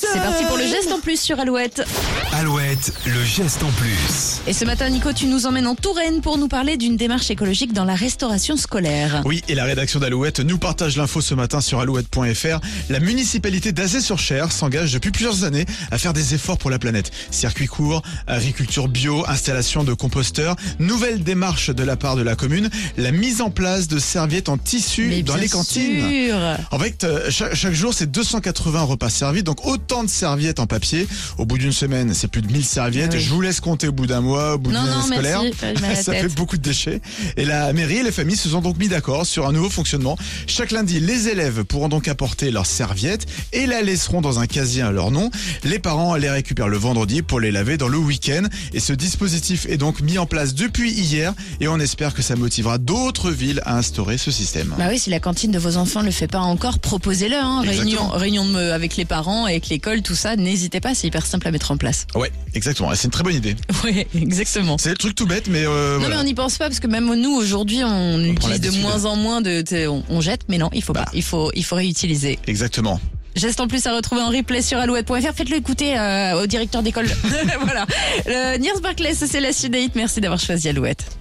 C'est parti pour le geste en plus sur Alouette. Alouette, le geste en plus. Et ce matin, Nico, tu nous emmènes en Touraine pour nous parler d'une démarche écologique dans la restauration scolaire. Oui, et la rédaction d'Alouette nous partage l'info ce matin sur alouette.fr. La municipalité d'Azay-sur-Cher s'engage depuis plusieurs années à faire des efforts pour la planète. Circuit court, agriculture bio, installation de composteurs, nouvelle démarche de la part de la commune, la mise en place de serviettes en tissu dans les cantines. Sûr. En fait, chaque jour, c'est 280 repas servis, donc autant de serviettes en papier. Au bout d'une semaine, c'est plus de 1000 serviettes. Oui. Je vous laisse compter au bout d'un mois, au bout d'une année scolaire. Merci, j'ai mal à la Ça tête. fait beaucoup de déchets. Et la mairie et les familles se sont donc mis d'accord sur un nouveau fonctionnement. Chaque lundi, les élèves pourront donc apporter leurs serviettes et la laisseront dans un casier à leur nom. Les parents les récupèrent le vendredi pour les laver dans le week-end. Et ce dispositif est donc mis en place depuis hier et on espère que ça motivera d'autres villes à instaurer ce système. Bah oui, si la cantine de vos enfants ne le fait pas encore, proposez-le. Hein. Exactement. Réunion avec les parents, avec l'école, tout ça, n'hésitez pas, c'est hyper simple à mettre en place. Ouais, exactement. Et c'est une très bonne idée. Oui, exactement. C'est le truc tout bête, mais Non voilà. mais on n'y pense pas parce que même nous aujourd'hui on utilise de l'habitude. moins en moins on jette, mais non, il faut pas, il faut réutiliser. Exactement. Geste en plus à retrouver en replay sur alouette.fr. Faites-le écouter au directeur d'école. Voilà. Niels Barclay, c'est la suite des hits. Merci d'avoir choisi Alouette.